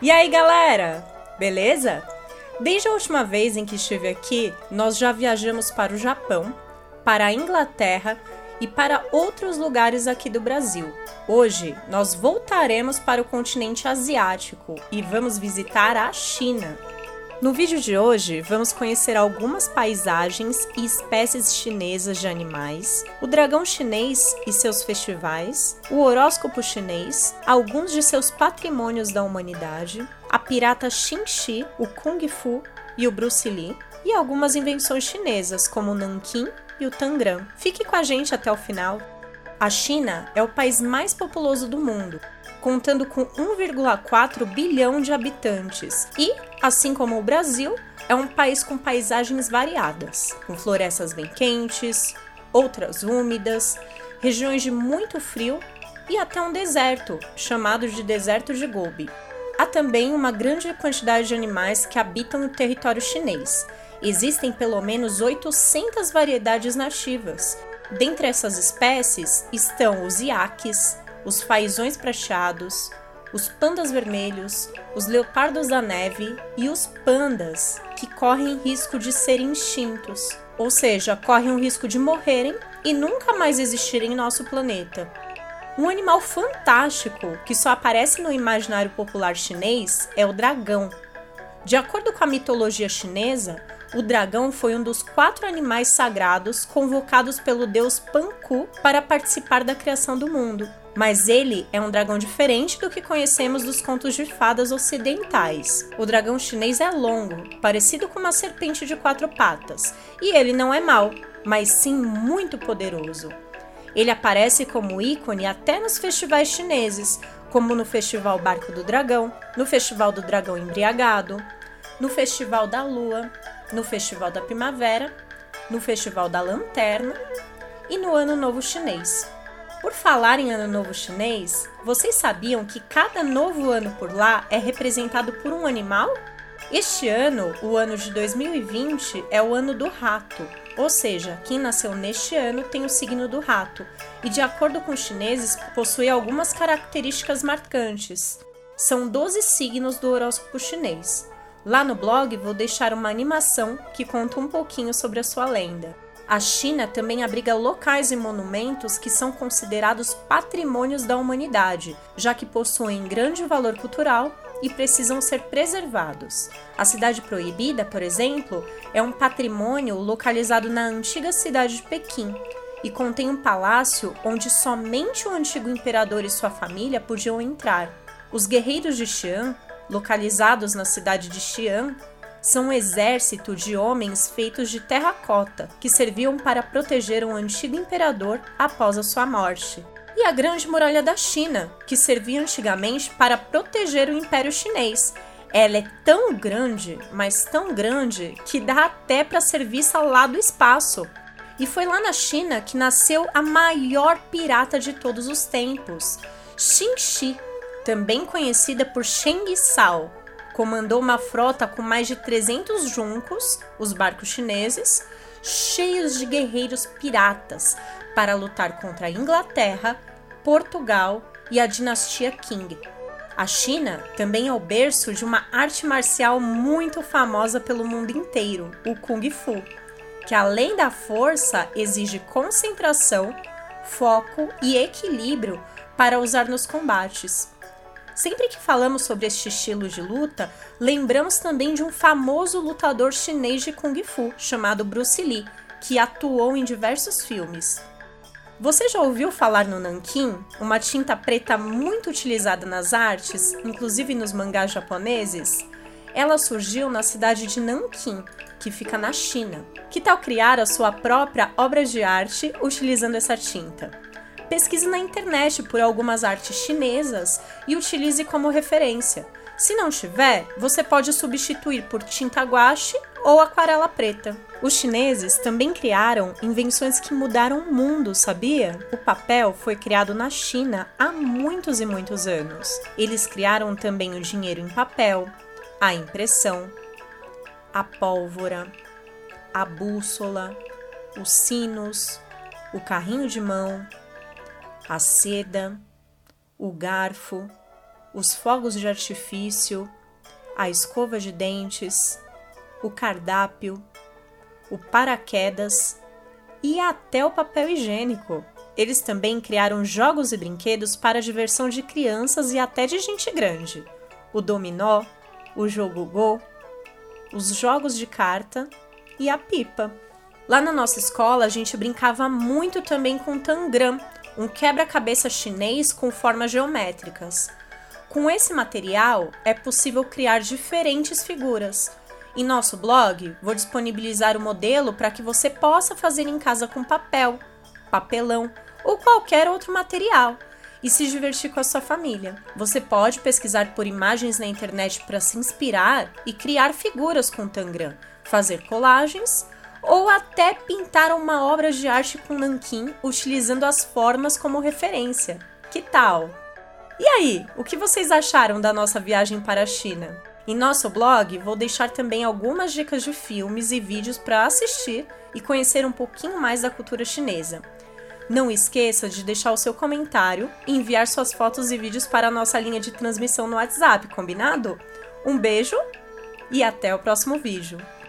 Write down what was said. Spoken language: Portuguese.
E aí, galera? Beleza? Desde a última vez em que estive aqui, nós já viajamos para o Japão, para a Inglaterra e para outros lugares aqui do Brasil. Hoje, nós voltaremos para o continente asiático e vamos visitar a China. No vídeo de hoje, vamos conhecer algumas paisagens e espécies chinesas de animais, o dragão chinês e seus festivais, o horóscopo chinês, alguns de seus patrimônios da humanidade, a pirata Xingxi, o Kung Fu e o Bruce Lee, e algumas invenções chinesas, como o Nanquim e o Tangram. Fique com a gente até o final. A China é o país mais populoso do mundo, contando com 1,4 bilhão de habitantes e, assim como o Brasil, é um país com paisagens variadas, com florestas bem quentes, outras úmidas, regiões de muito frio e até um deserto, chamado de Deserto de Gobi. Há também uma grande quantidade de animais que habitam no território chinês. Existem pelo menos 800 variedades nativas. Dentre essas espécies estão os iaques, os fazões prateados, os pandas vermelhos, os leopardos da neve e os pandas, que correm risco de serem extintos, ou seja, correm o risco de morrerem e nunca mais existirem em nosso planeta. Um animal fantástico que só aparece no imaginário popular chinês é o dragão. De acordo com a mitologia chinesa, o dragão foi um dos 4 animais sagrados convocados pelo deus Panku para participar da criação do mundo. Mas ele é um dragão diferente do que conhecemos dos contos de fadas ocidentais. O dragão chinês é longo, parecido com uma serpente de 4 patas, e ele não é mau, mas sim muito poderoso. Ele aparece como ícone até nos festivais chineses, como no Festival Barco do Dragão, no Festival do Dragão Embriagado, no Festival da Lua, no Festival da Primavera, no Festival da Lanterna e no Ano Novo Chinês. Por falar em Ano Novo Chinês, vocês sabiam que cada novo ano por lá é representado por um animal? Este ano, o ano de 2020, é o ano do rato, ou seja, quem nasceu neste ano tem o signo do rato e, de acordo com os chineses, possui algumas características marcantes. São 12 signos do horóscopo chinês. Lá no blog vou deixar uma animação que conta um pouquinho sobre a sua lenda. A China também abriga locais e monumentos que são considerados patrimônios da humanidade, já que possuem grande valor cultural e precisam ser preservados. A Cidade Proibida, por exemplo, é um patrimônio localizado na antiga cidade de Pequim e contém um palácio onde somente o antigo imperador e sua família podiam entrar. Os guerreiros de Xi'an, localizados na cidade de Xi'an, são um exército de homens feitos de terracota que serviam para proteger um antigo imperador após a sua morte. E a Grande Muralha da China, que servia antigamente para proteger o Império Chinês. Ela é tão grande, mas tão grande, que dá até para ser vista lá do espaço. E foi lá na China que nasceu a maior pirata de todos os tempos, Xingxi, também conhecida por Cheng Sao. Comandou uma frota com mais de 300 juncos, os barcos chineses, cheios de guerreiros piratas, para lutar contra a Inglaterra, Portugal e a dinastia Qing. A China também é o berço de uma arte marcial muito famosa pelo mundo inteiro, o Kung Fu, que além da força exige concentração, foco e equilíbrio para usar nos combates. Sempre que falamos sobre este estilo de luta, lembramos também de um famoso lutador chinês de Kung Fu, chamado Bruce Lee, que atuou em diversos filmes. Você já ouviu falar no Nanquim, uma tinta preta muito utilizada nas artes, inclusive nos mangás japoneses? Ela surgiu na cidade de Nanquim, que fica na China. Que tal criar a sua própria obra de arte utilizando essa tinta? Pesquise na internet por algumas artes chinesas e utilize como referência. Se não tiver, você pode substituir por tinta guache ou aquarela preta. Os chineses também criaram invenções que mudaram o mundo, sabia? O papel foi criado na China há muitos e muitos anos. Eles criaram também o dinheiro em papel, a impressão, a pólvora, a bússola, os sinos, o carrinho de mão, a seda, o garfo, os fogos de artifício, a escova de dentes, o cardápio, o paraquedas e até o papel higiênico. Eles também criaram jogos e brinquedos para a diversão de crianças e até de gente grande. O dominó, o jogo Go, os jogos de carta e a pipa. Lá na nossa escola, a gente brincava muito também com tangram, um quebra-cabeça chinês com formas geométricas. Com esse material, é possível criar diferentes figuras. Em nosso blog, vou disponibilizar o modelo para que você possa fazer em casa com papel, papelão ou qualquer outro material e se divertir com a sua família. Você pode pesquisar por imagens na internet para se inspirar e criar figuras com tangram, fazer colagens ou até pintar uma obra de arte com nanquim utilizando as formas como referência. Que tal? E aí, o que vocês acharam da nossa viagem para a China? Em nosso blog, vou deixar também algumas dicas de filmes e vídeos para assistir e conhecer um pouquinho mais da cultura chinesa. Não esqueça de deixar o seu comentário e enviar suas fotos e vídeos para a nossa linha de transmissão no WhatsApp, combinado? Um beijo e até o próximo vídeo!